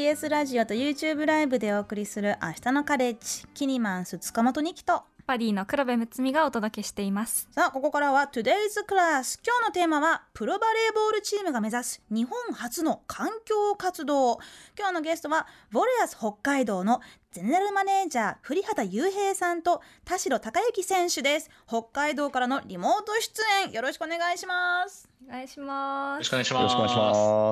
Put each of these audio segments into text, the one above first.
TBS ラジオと YouTube ライブでお送りする明日のカレッジ、キニマンス塚本二希とパディの黒部睦美がお届けしています。 さあ、ここからは Today's Class。 今日のテーマはプロバレーボールチームが目指す日本初の環境活動。今日のゲストはウォレアス北海道のゼネラルマネージャー栗畑雄平さんと田代孝之選手です。北海道からのリモート出演、よろしくお願いします。 お願いします。 よろしくお願いしよろしくお願いします。 ます。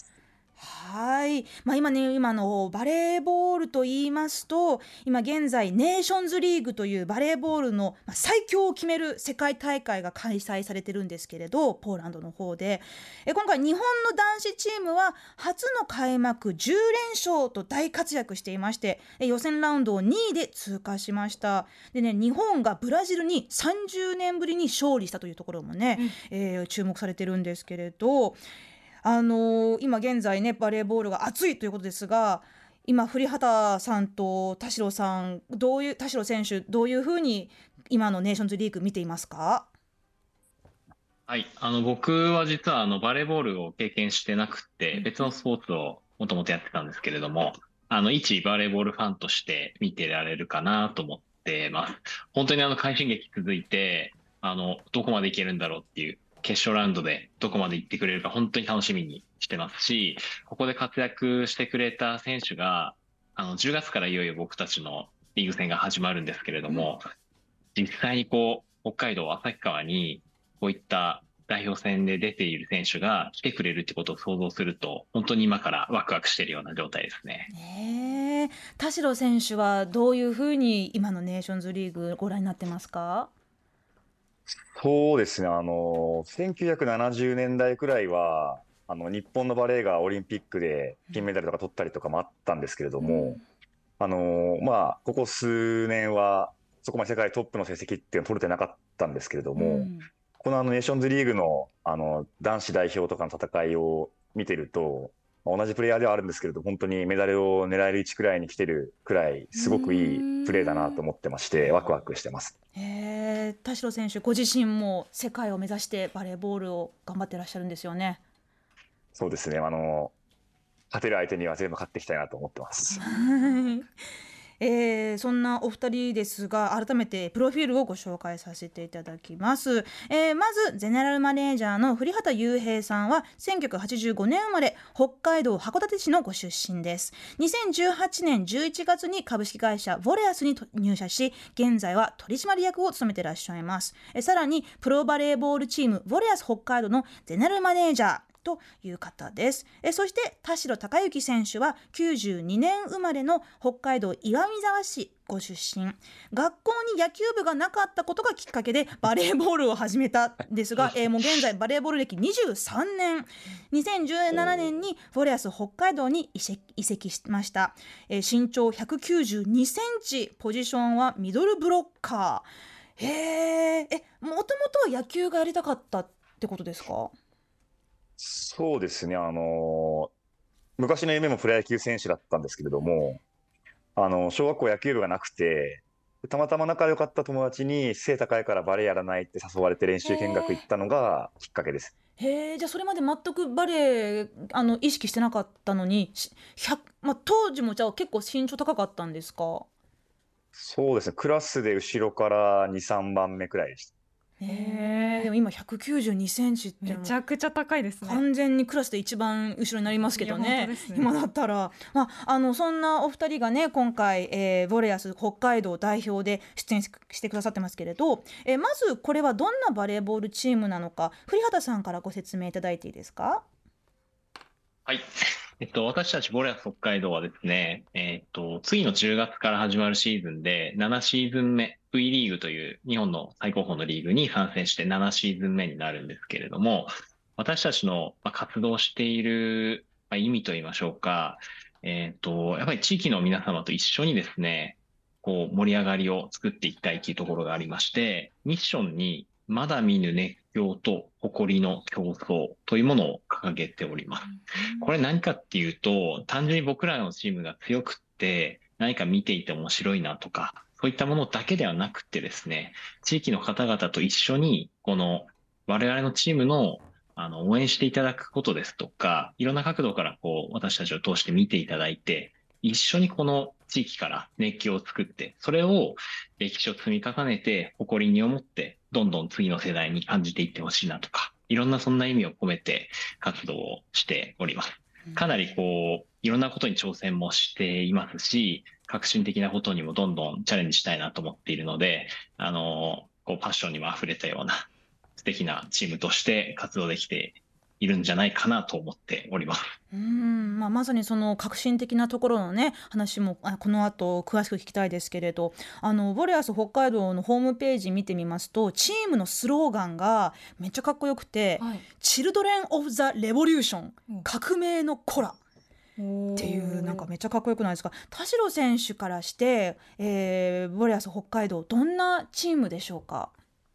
はい、今のバレーボールと言いますと、今現在ネーションズリーグというバレーボールの最強を決める世界大会が開催されてるんですけれど、ポーランドの方で今回日本の男子チームは初の開幕10連勝と大活躍していまして、予選ラウンドを2位で通過しました。でね、日本がブラジルに30年ぶりに勝利したというところもね、注目されてるんですけれど、今現在ねバレーボールが熱いということですが、今栗畑さんと田代さん、田代選手どういうふうに今のネーションズリーグ見ていますか？ はい、僕は実はバレーボールを経験してなくて、別のスポーツをもともとやってたんですけれども、一バレーボールファンとして見てられるかなと思ってます。本当に快進撃続いて、どこまでいけるんだろうっていう決勝ラウンドでどこまで行ってくれるか本当に楽しみにしてますし、ここで活躍してくれた選手が、10月からいよいよ僕たちのリーグ戦が始まるんですけれども、実際に北海道旭川にこういった代表戦で出ている選手が来てくれるってことを想像すると、本当に今からワクワクしているような状態ですね。 田代選手はどういうふうに今のネーションズリーグご覧になってますか？ そうですね、1970年代くらいは、日本のバレーがオリンピックで金メダルとか取ったりとかもあったんですけれども、ここ数年は、そこまで世界トップの成績っていうのは取れてなかったんですけれども、このネーションズリーグの、男子代表とかの戦いを見てると、同じプレイヤーではあるんですけれど、本当にメダルを狙える位置くらいに来てるくらい、すごくいいプレーだなと思ってまして、ワクワクしてます。 田代選手ご自身も世界を目指してバレーボールを頑張ってらっしゃるんですよね。 そうですね、勝てる相手には全部勝っていきたいなと思ってます。 そんなお二人ですが、改めてプロフィールをご紹介させていただきます。まずゼネラルマネージャーの栗畑雄平さんは1985年生まれ、北海道函館市のご出身です。2018年11月に株式会社ウォレアスに入社し、現在は取締役を務めていらっしゃいます。さらにプロバレーボールチームウォレアス北海道のゼネラルマネージャーという方です。そして田代孝之選手は92年生まれの北海道岩見沢市ご出身。学校に野球部がなかったことがきっかけでバレーボールを始めたんですが、もう現在バレーボール歴23年、2017年にフォレアス北海道に移籍しました。身長192センチ、ポジションはミドルブロッカー。もともとは野球がやりたかったってことですか？ そうですね、昔の夢もプロ野球選手だったんですけれども、小学校野球部がなくて、たまたま仲良かった友達に背高いからバレーやらないって誘われて練習見学行ったのがきっかけです。 じゃあそれまで全くバレー意識してなかったのに、当時もじゃあ結構身長高かったんですか？ そうですね、クラスで後ろから2、3番目くらいでした。 でも今192センチってめちゃくちゃ高いですね。 完全にクラスで一番後ろになりますけどね。今だったら、そんなお二人がね今回、ウォレアス北海道代表で出演してくださってますけれど、まずこれはどんなバレーボールチームなのか、栗畑さんからご説明いただいていいですか？ はい。私たちボレアス北海道はですね、次の10月から始まるシーズンで7シーズン目、V リーグという日本の最高峰のリーグに参戦して7シーズン目になるんですけれども、私たちの活動している意味といいましょうか、やっぱり地域の皆様と一緒にですね、盛り上がりを作っていきたいというところがありまして、ミッションにまだ見ぬ熱狂と誇りの競争というものを掲げております。これ何かっていうと、単純に僕らのチームが強くって何か見ていて面白いなとか、そういったものだけではなくてですね、地域の方々と一緒にこの我々のチームの応援していただくことですとか、いろんな角度から私たちを通して見ていただいて、一緒にこの地域から熱気を作って、それを歴史を積み重ねて、誇りに思って、どんどん次の世代に感じていってほしいなとか、いろんなそんな意味を込めて活動をしております。かなりいろんなことに挑戦もしていますし、革新的なことにもどんどんチャレンジしたいなと思っているので、パッションにも溢れたような素敵なチームとして活動できているんじゃないかなと思っております。 まさにその革新的なところのね話もこの後詳しく聞きたいですけれど、ウォリアーズ北海道のホームページ見てみますと、チームのスローガンがめっちゃかっこよくて、 はい、 チルドレン・オブ・ザ・レボリューション、革命の子らっていう、なんかおーめっちゃかっこよくないですか。田代選手からして、ウォリアーズ北海道どんなチームでしょうか。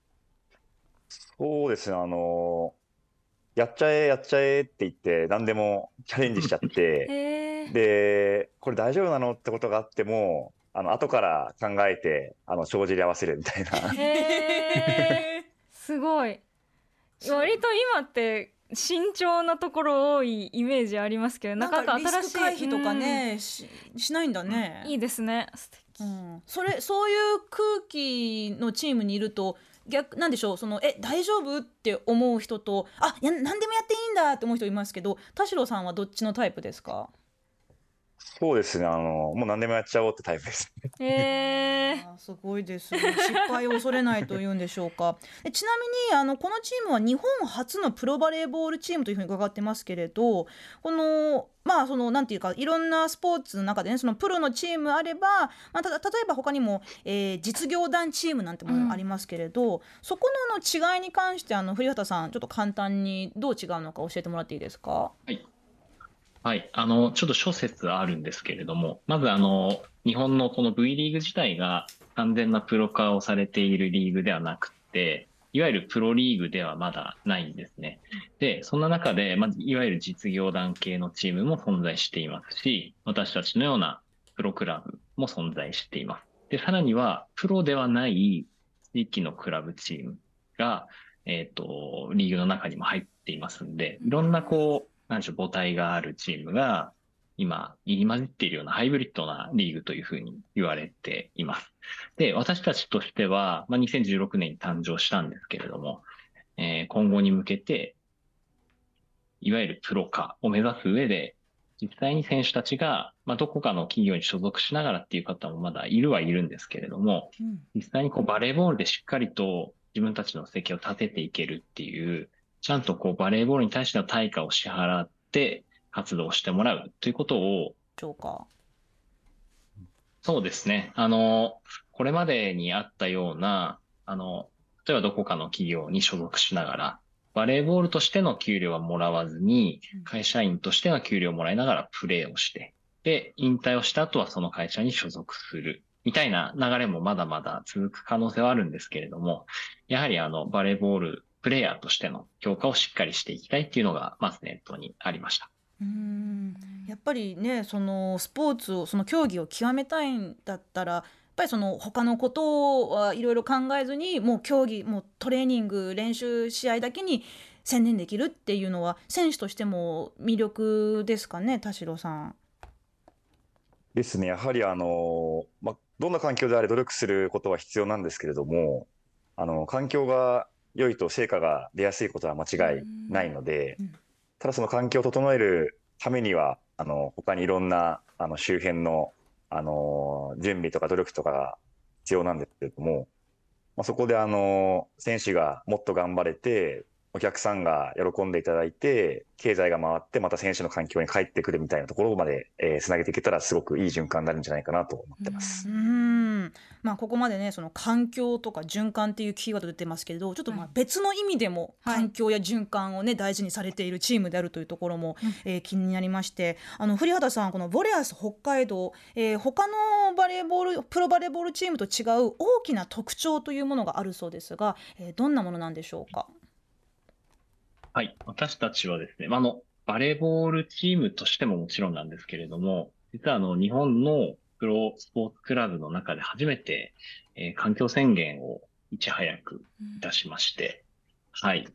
そうですね、やっちゃえ、やっちゃえって言って、何でもチャレンジしちゃって、 へーで、これ大丈夫なのってことがあっても、後から考えて、帳尻合わせるみたいな。 へーすごい。割と今って慎重なところ多いイメージありますけど、なかなかリス新しいク回避とかね、しないんだね。 いいですね。素敵。 そういう空気のチームにいると、なんでしょう、大丈夫って思う人と、何でもやっていいんだって思う人いますけど、田代さんはどっちのタイプですか。 そうですね、もう何でもやっちゃおうってタイプですね。 すごいですね。失敗を恐れないというんでしょうか。ちなみにこのチームは日本初のプロバレーボールチームというふうに伺ってますけれど、なんていうか、いろんなスポーツの中でね、そのプロのチームあれば、例えば他にも、実業団チームなんてものありますけれど、そこの違いに関して古畑さん、ちょっと簡単にどう違うのか教えてもらっていいですか。 はい。はい。ちょっと諸説あるんですけれども、まず日本のこの V リーグ自体が完全なプロ化をされているリーグではなくて、いわゆるプロリーグではまだないんですね。で、そんな中で、いわゆる実業団系のチームも存在していますし、私たちのようなプロクラブも存在しています。で、さらには、プロではない地域のクラブチームが、リーグの中にも入っていますんで、いろんななんでしょう、母体があるチームが今入り混じっているようなハイブリッドなリーグというふうに言われています。で、私たちとしては、2016年に誕生したんですけれども、今後に向けて、いわゆるプロ化を目指す上で、実際に選手たちが、どこかの企業に所属しながらっていう方もまだいるはいるんですけれども、実際にバレーボールでしっかりと自分たちの生計を立てていけるっていう、ちゃんとバレーボールに対しての対価を支払って活動してもらうということを、そうですね。これまでにあったような、例えばどこかの企業に所属しながら、バレーボールとしての給料はもらわずに、会社員としての給料をもらいながらプレーをして、で、引退をした後はその会社に所属する、みたいな流れもまだまだ続く可能性はあるんですけれども、やはりバレーボールプレイヤーとしての強化をしっかりしていきたいっていうのが、まず念頭にありました。 やっぱりね、そのスポーツを、その競技を極めたいんだったら、やっぱりその他のことはいろいろ考えずに、もう競技、もうトレーニング、練習試合だけに専念できるっていうのは選手としても魅力ですかね、田代さん。 ですね、やはりどんな環境であれ努力することは必要なんですけれども、環境が良いと成果が出やすいことは間違いないので、ただその環境を整えるためには、他にいろんな、周辺の、準備とか努力とかが必要なんですけれども、そこで選手がもっと頑張れて、お客さんが喜んでいただいて、経済が回って、また選手の環境に帰ってくるみたいなところまで、つなげていけたら、すごくいい循環になるんじゃないかなと思ってます。 ここまでね、その環境とか循環っていうキーワード出てますけれど、ちょっと別の意味でも環境や循環をね、大事にされているチームであるというところも、気になりまして、古畑さん、このウォリアーズ北海道、他のプロバレーボールチームと違う大きな特徴というものがあるそうですが、どんなものなんでしょうか。 はい。私たちはですね、バレーボールチームとしてももちろんなんですけれども、実は日本のプロスポーツクラブの中で初めて、環境宣言をいち早くいたしまして、はい。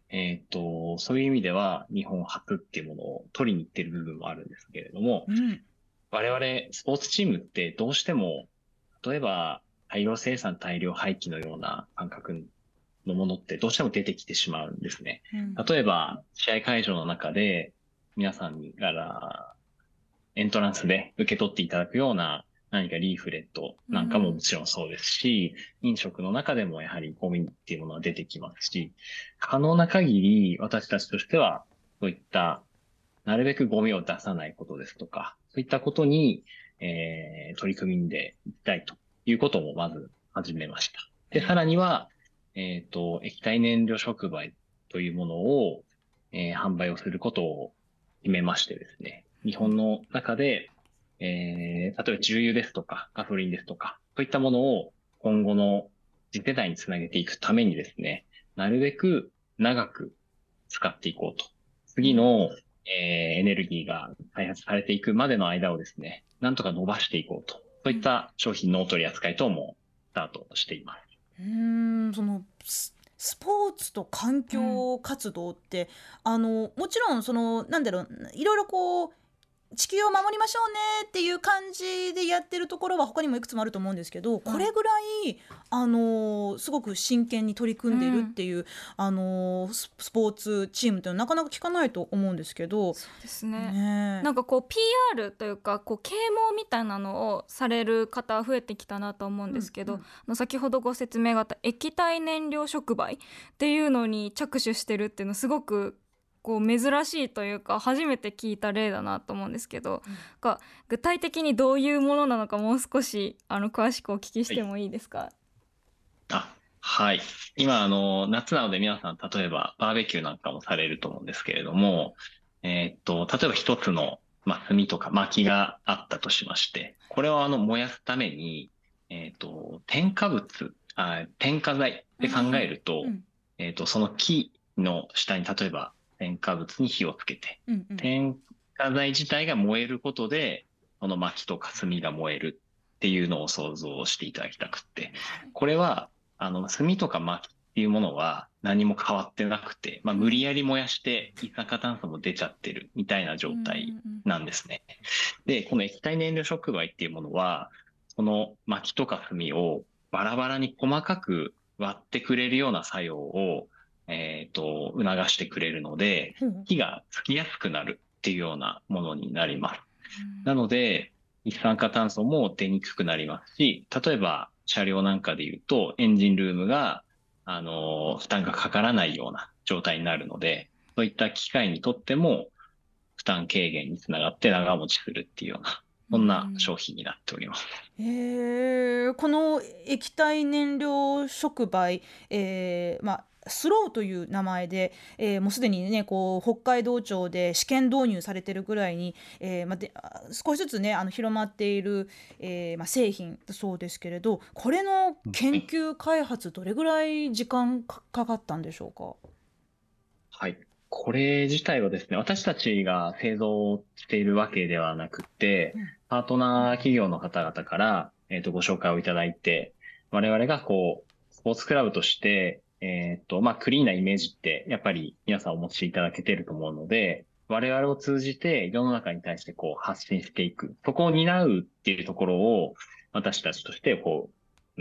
そういう意味では日本初っていうものを取りに行ってる部分もあるんですけれども、 うん我々スポーツチームってどうしても、例えば大量生産大量廃棄のような感覚のものってどうしても出てきてしまうんですね。 うん例えば試合会場の中で皆さんからエントランスで受け取っていただくような何かリーフレットなんかももちろんそうですし、飲食の中でもやはりゴミっていうものは出てきますし、可能な限り私たちとしてはそういったなるべくゴミを出さないことですとか、そういったことに、取り組んでいきたいということもまず始めました。で、さらには、液体燃料触媒というものを、販売をすることを決めましてですね、日本の中で、例えば重油ですとか、ガソリンですとか、そういったものを今後の次世代につなげていくためにですね、なるべく長く使っていこうと。次の、エネルギーが開発されていくまでの間をですね、なんとか伸ばしていこうと。そういった商品の取り扱い等もスタートしています。 そのスポーツと環境活動って、もちろんなんだろう、いろいろこう地球を守りましょうねっていう感じでやってるところは他にもいくつもあると思うんですけど、これぐらいすごく真剣に取り組んでいるっていう、スポーツチームっていうのはなかなか聞かないと思うんですけど。 そうですね。 ねえなんかこう PR というかこう啓蒙みたいなのをされる方増えてきたなと思うんですけど、先ほどご説明があった液体燃料触媒っていうのに着手してるっていうのすごくこう珍しいというか初めて聞いた例だなと思うんですけど、が具体的にどういうものなのかもう少し詳しくお聞きしてもいいですか？ はい。今、夏なので皆さん、例えばバーベキューなんかもされると思うんですけれども、例えば一つの、炭とか薪があったとしまして、これを燃やすために、添加物、添加剤で考えると、その木の下に例えば添加物に火をつけて、添加剤自体が燃えることで、この薪とか炭が燃えるっていうのを想像していただきたくって、これは、炭とか薪っていうものは何も変わってなくて、無理やり燃やして一酸化炭素も出ちゃってるみたいな状態なんですね。で、この液体燃料触媒っていうものは、その薪とか炭をバラバラに細かく割ってくれるような作用を、促してくれるので、火がつきやすくなるっていうようなものになります。なので、一酸化炭素も出にくくなりますし、例えば車両なんかで言うと、エンジンルームが、負担がかからないような状態になるので、そういった機械にとっても負担軽減につながって長持ちするっていうような、そんな商品になっております。 この液体燃料触媒、スローという名前で、もうすでにねこう北海道庁で試験導入されてるぐらいに、少しずつね広まっている、製品そうですけれど、これの研究開発どれぐらい時間かかったんでしょうか？ はい。これ自体はですね、私たちが製造しているわけではなくて、パートナー企業の方々から、ご紹介をいただいて、我々がこう、スポーツクラブとして、クリーンなイメージって、やっぱり皆さんお持ちいただけていると思うので、我々を通じて世の中に対してこう発信していく。そこを担うっていうところを、私たちとしてこう、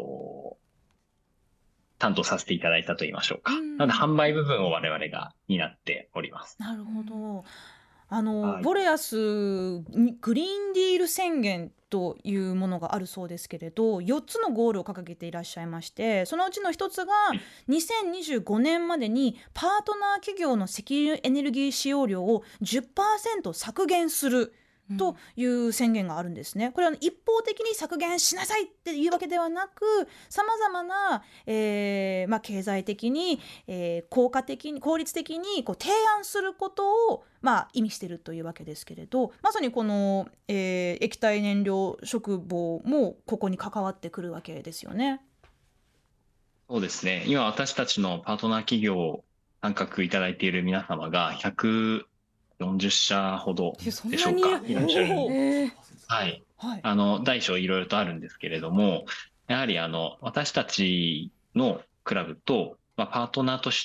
担当させていただいたと言いましょうか。なので販売部分を我々が担っております。 なるほど。 はいボレアスにグリーンディール宣言というものがあるそうですけれど、4つのゴールを掲げていらっしゃいまして、そのうちの1つが2025年までにパートナー企業の石油エネルギー使用量を 10% 削減するという宣言があるんですね。これは一方的に削減しなさいっていうわけではなく、さまざまな、経済的に、効果的に効率的にこう提案することを、意味しているというわけですけれど、まさにこの、液体燃料触媒もここに関わってくるわけですよね。 そうですね。今私たちのパートナー企業参画いただいている皆様が140社ほどでしょうか。 そんなにいらっしゃる。はい。 はい大小いろいろとあるんですけれども、やはり私たちのクラブと、パートナーとして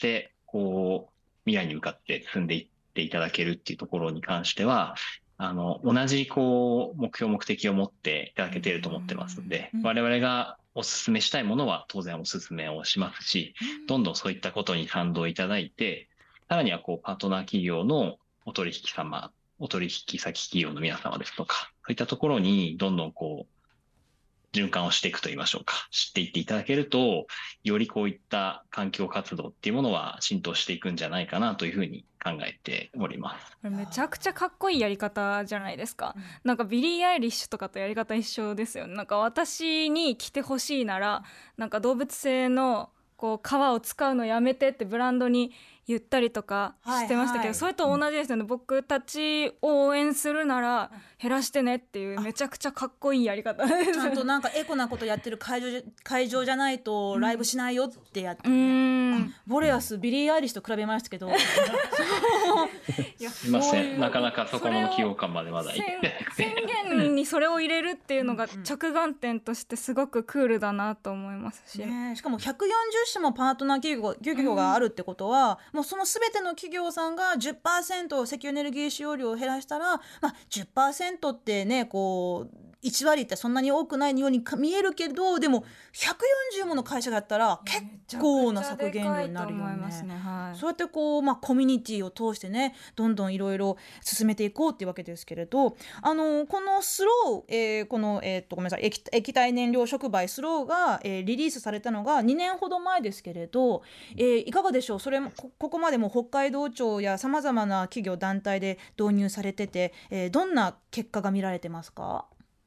こう、未来に向かって進んでいっていただけるっていうところに関しては、同じ、こう、目標、目的を持っていただけていると思ってますので、 うん我々がお勧めしたいものは当然お勧めをしますし、どんどんそういったことに賛同いただいて、さらには、こう、パートナー企業のお取引様、お取引先企業の皆様ですとか、そういったところにどんどんこう、循環をしていくと言いましょうか。知っていっていただけると、よりこういった環境活動っていうものは浸透していくんじゃないかなというふうに考えております。 これめちゃくちゃかっこいいやり方じゃないですか。なんかビリー・アイリッシュとかとやり方一緒ですよね。なんか私に着てほしいなら、なんか動物性のこう皮を使うのやめてってブランドに言ったりとかしてましたけど、 はいはいそれと同じですよね。僕たちを応援するなら減らしてねっていうめちゃくちゃかっこいいやり方です。 ちゃんとなんかエコなことやってる会場じゃないとライブしないよってやってうね、 ん。 ボレアスビリー・アイリッシュと比べましたけどいやすいませ。 そういうんなかなかそこの企業感までまだいってなくて。 宣言にそれを入れるっていうのが着眼点としてすごくクールだなと思いますし、 ね、しかも140社もパートナー企業があるってことは、もうその全ての企業さんが 10% 石油エネルギー使用量を減らしたら、まあ、10% ってねこう1割ってそんなに多くないように見えるけど、でも140もの会社だったら結構な削減量になるよめちゃくちゃでかいと思いますね。 ね。はい。 そうやってこう、まあ、コミュニティを通してねどんどんいろいろ進めていこうっていうわけですけれど、このスロー、この、ごめんなさい、液体燃料触媒スローが、リリースされたのが2年ほど前ですけれど、いかがでしょう。それもここまでも北海道庁やさまざまな企業団体で導入されてて、どんな結果が見られてますか？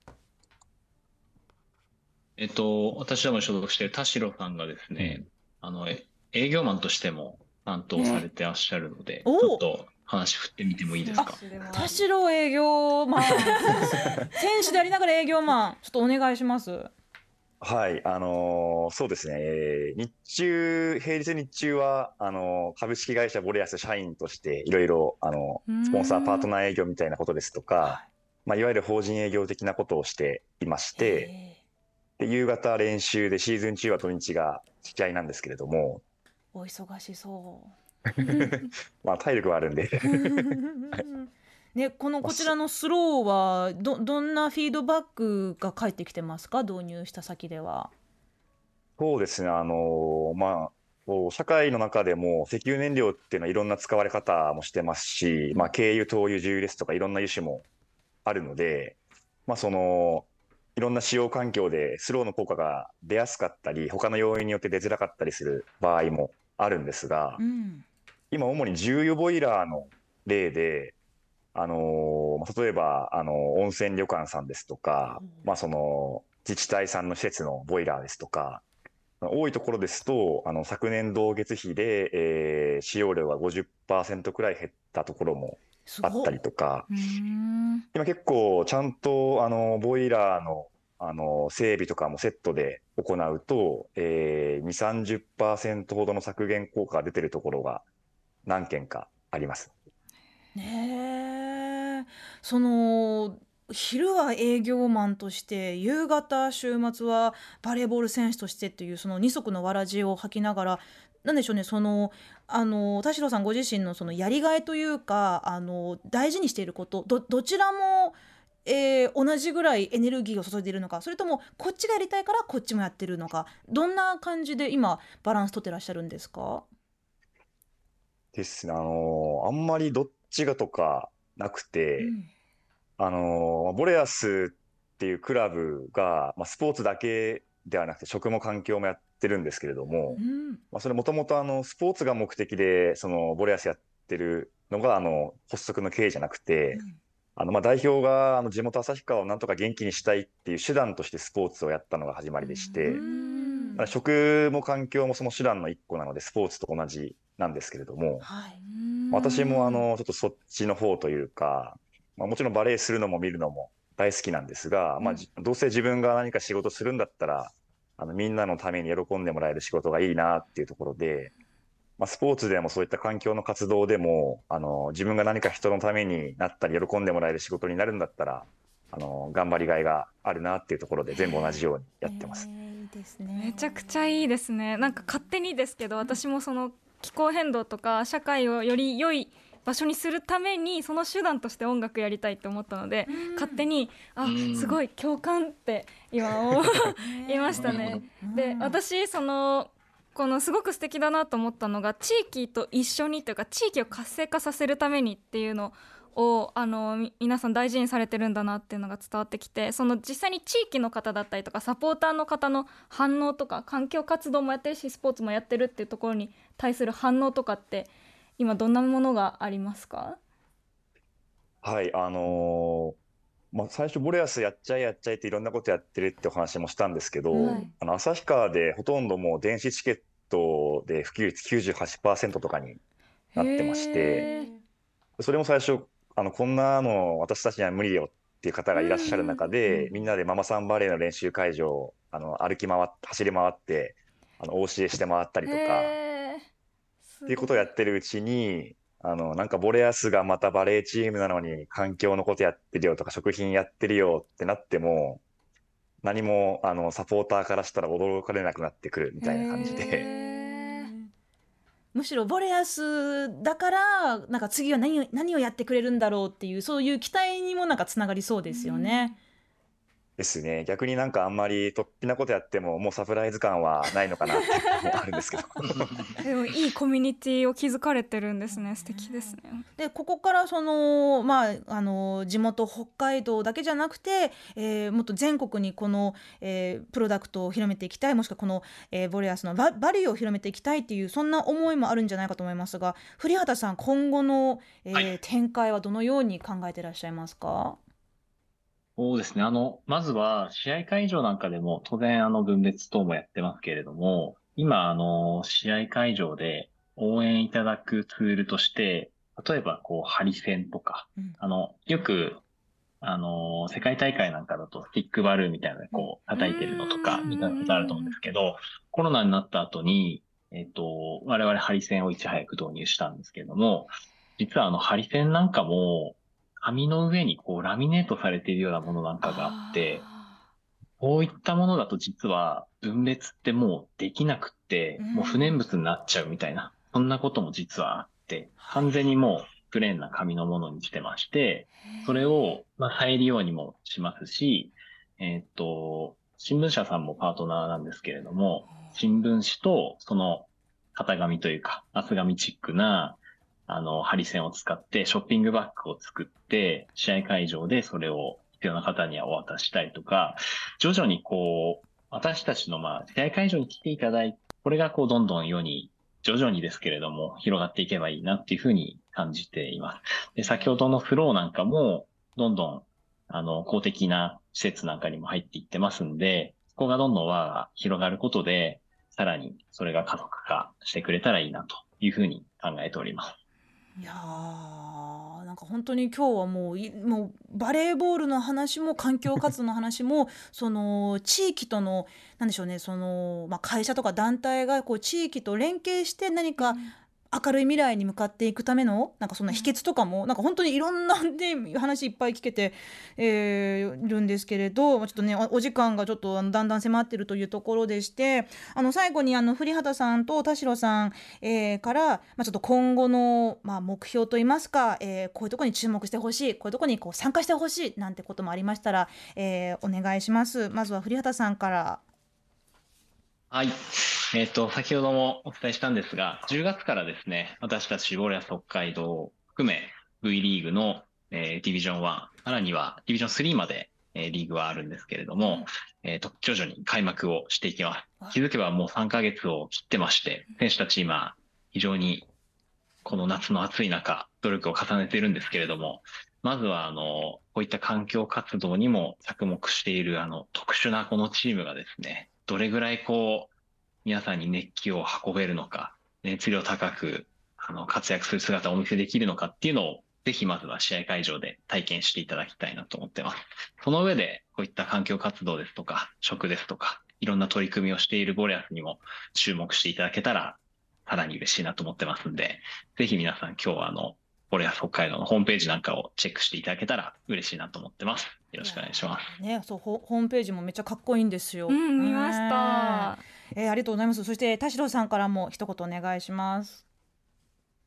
私ども所属している田代さんがですね、営業マンとしても担当されてらっしゃるので、ちおょっと話振ってみてもいいですか？ 田代営業マン選手でありながら営業マンちょっとお願いします。 はい、そうですね、平日日中は、株式会社ボレアス社員として、いろいろ、スポンサーパートナー営業みたいなことですとか、まあ、いわゆる法人営業的なことをしていまして、で、夕方練習で、シーズン中は土日が試合なんですけれども、 お忙しそまあ、体力はあるんで、 うね、こちらのスローはどんなフィードバックが返ってきてますか？導入した先では。 そうですね、まあ、こう社会の中でも石油燃料っていうのはいろんな使われ方もしてますし、まあ、軽油、灯油、重油ですとかいろんな油種もあるので、まあ、いろんな使用環境でスローの効果が出やすかったり、他の要因によって出づらかったりする場合もあるんですが、今主に重油ボイラーの例で、例えば、温泉旅館さんですとか、まあ、自治体さんの施設のボイラーですとか、多いところですと、昨年同月比で、使用量が 50% くらい減ったところもあったりとか、今結構ちゃんと、ボイラーの、整備とかもセットで行うと、2、30% ほどの削減効果が出てるところが何件かあります。 ねえ、昼は営業マンとして夕方週末はバレーボール選手としてっていうその二足のわらじを履きながら、なんでしょうね、田代さんご自身のそのやりがいというか大事にしていること、どちらも、同じぐらいエネルギーを注いでいるのか、それともこっちがやりたいからこっちもやってるのか、どんな感じで今バランス取ってらっしゃるんですか？ ですね。あんまりどっちがとかなくて、ボレアスっていうクラブが、まあ、スポーツだけではなくて食も環境もやってるんですけれども、まあ、それもともとスポーツが目的でボレアスやってるのが発足の経緯じゃなくて、まあ、代表が地元旭川をなんとか元気にしたいっていう手段としてスポーツをやったのが始まりでして、食も環境もその手段の一個なのでスポーツと同じなんですけれども、私もちょっとそっちの方というか、まあ、もちろんバレエするのも見るのも大好きなんですが、まあ、どうせ自分が何か仕事するんだったらみんなのために喜んでもらえる仕事がいいなっていうところで、まあ、スポーツでもそういった環境の活動でも自分が何か人のためになったり喜んでもらえる仕事になるんだったら頑張りがいがあるなっていうところで全部同じようにやってます。 いいですね。 めちゃくちゃいいですね。なんか勝手にですけど、私も気候変動とか社会をより良い場所にするためにその手段として音楽やりたいって思ったので、勝手にすごい共感って今言いましたね。で、私このすごく素敵だなと思ったのが、地域と一緒にというか地域を活性化させるためにっていうのを皆さん大事にされてるんだなっていうのが伝わってきて、その実際に地域の方だったりとかサポーターの方の反応とか、環境活動もやってるしスポーツもやってるっていうところに対する反応とかって今どんなものがありますか？ はい、最初ボレアスやっちゃえやっちゃえっていろんなことやってるってお話もしたんですけど、 はい、 旭川でほとんどもう電子チケットで普及率98%とかになってまして、 へー、 それも最初、こんなの私たちには無理よっていう方がいらっしゃる中で、みんなでママさんバレーの練習会場を走り回って、お教えして回ったりとか、 へー、 っていうことをやってるうちに、なんかボレアスがまたバレーチームなのに環境のことやってるよとか食品やってるよってなっても、何も、サポーターからしたら驚かれなくなってくるみたいな感じで、 へー、 むしろボレアスだからなんか次は何をやってくれるんだろうっていう、そういう期待にもなんかつながりそうですよね。 ですね。逆になんかあんまり突飛なことやってももうサプライズ感はないのかなっていうのもあるんですけど。 でもいいコミュニティを築かれてるんですね。素敵ですね。 でここから地元北海道だけじゃなくて、もっと全国にこの、プロダクトを広めていきたい、もしくはこの、ボレアスのバリューを広めていきたいっていう、そんな思いもあるんじゃないかと思いますが、古畑さん、今後の、展開はどのように考えていらっしゃいますか？ そうですね。まずは、試合会場なんかでも、当然、分別等もやってますけれども、今、試合会場で応援いただくツールとして、例えば、ハリセンとか、よく、世界大会なんかだと、スティックバルーンみたいなので、叩いてるのとか、見たことあると思うんですけど、コロナになった後に、我々ハリセンをいち早く導入したんですけれども、実はハリセンなんかも、紙の上にラミネートされているようなものなんかがあって、こういったものだと実は分別ってもうできなくって、もう不燃物になっちゃうみたいな、そんなことも実はあって、完全にもうプレーンな紙のものにしてまして、それを再利用にもしますし、新聞社さんもパートナーなんですけれども、新聞紙とその型紙というか、厚紙チックなハリセンを使ってショッピングバッグを作って、試合会場でそれを必要な方にはお渡ししたりとか、徐々に私たちの試合会場に来ていただいて、これがどんどん世に、徐々にですけれども、広がっていけばいいなっていうふうに感じています。で、先ほどのフローなんかも、どんどん、公的な施設なんかにも入っていってますんで、そこがどんどん輪が広がることで、さらにそれが加速化してくれたらいいなというふうに考えております。 いやー、なんか本当に今日はもうバレーボールの話も環境活動の話もその地域とのなんでしょうね、会社とか団体が地域と連携して何か明るい未来に向かっていくためのなんかそんな秘訣とかもなんか本当にいろんな、ね、話いっぱい聞けて、るんですけれど、ちょっとねお時間がちょっとだんだん迫っているというところでして、最後に古畑さんと田代さん、から、ちょっと今後の、目標といいますか、こういうところに注目してほしい、こういうところに参加してほしいなんてこともありましたら、お願いします。まずは古畑さんから。 はい。先ほどもお伝えしたんですが、10月からですね、私たちウォリアーズ北海道を含め V リーグの、ディビジョン1、さらにはディビジョン3まで、リーグはあるんですけれども、徐々に開幕をしていきます。気づけばもう3ヶ月を切ってまして、選手たち今、非常にこの夏の暑い中、努力を重ねているんですけれども、まずはこういった環境活動にも着目している特殊なこのチームがですね、どれぐらい皆さんに熱気を運べるのか、熱量高く活躍する姿をお見せできるのかっていうのを、ぜひまずは試合会場で体験していただきたいなと思ってます。その上で、こういった環境活動ですとか、食ですとか、いろんな取り組みをしているボレアスにも注目していただけたら、さらに嬉しいなと思ってますんで、ぜひ皆さん今日はボレアス北海道のホームページなんかをチェックしていただけたら嬉しいなと思ってます。よろしくお願いします。 ね、そうホームページもめっちゃかっこいいんですよ。 見ました。 ありがとうございます。そして田代さんからも一言お願いします。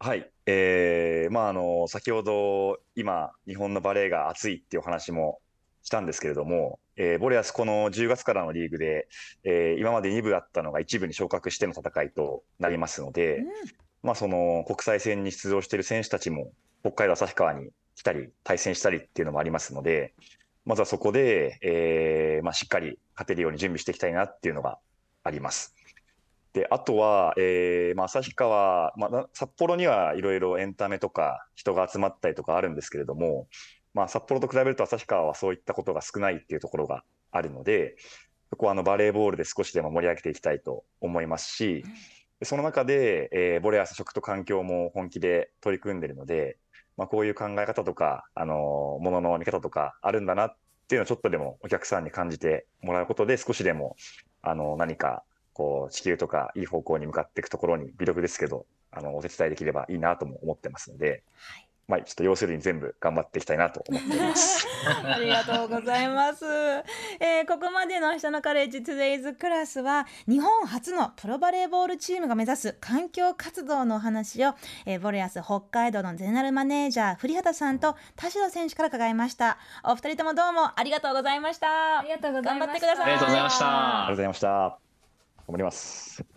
はい。先ほど、今、日本のバレーが熱いっていうお話もしたんですけれども、ボレアス、この10月からのリーグで、今まで2部だったのが1部に昇格しての戦いとなりますので、その国際戦に出場している選手たちも、北海道旭川に来たり、対戦したりっていうのもありますので、まずはそこで、しっかり勝てるように準備していきたいなっていうのがあります。で、あとは、旭川、札幌にはいろいろエンタメとか人が集まったりとかあるんですけれども、札幌と比べると旭川はそういったことが少ないっていうところがあるので、そこはバレーボールで少しでも盛り上げていきたいと思いますし、その中で、ボレアス食と環境も本気で取り組んでいるので、こういう考え方とか、ものの見方とかあるんだなっていうのをちょっとでもお客さんに感じてもらうことで少しでも、何かこう、地球とかいい方向に向かっていくところに微力ですけど、お手伝いできればいいなとも思ってますので、ちょっと要するに全部頑張っていきたいなと思っております。 ありがとうございます。ここまでの下のカレッジ Today's クラスは日本初のプロバレーボールチームが目指す環境活動のお話を、ボレアス北海道のゼネラルマネージャー栗畑さんと田代選手から伺いました。お二人ともどうもありがとうございました。 ありがとうございました。 頑張ってください。 ありがとうございました。 ありがとうございました。頑張ります。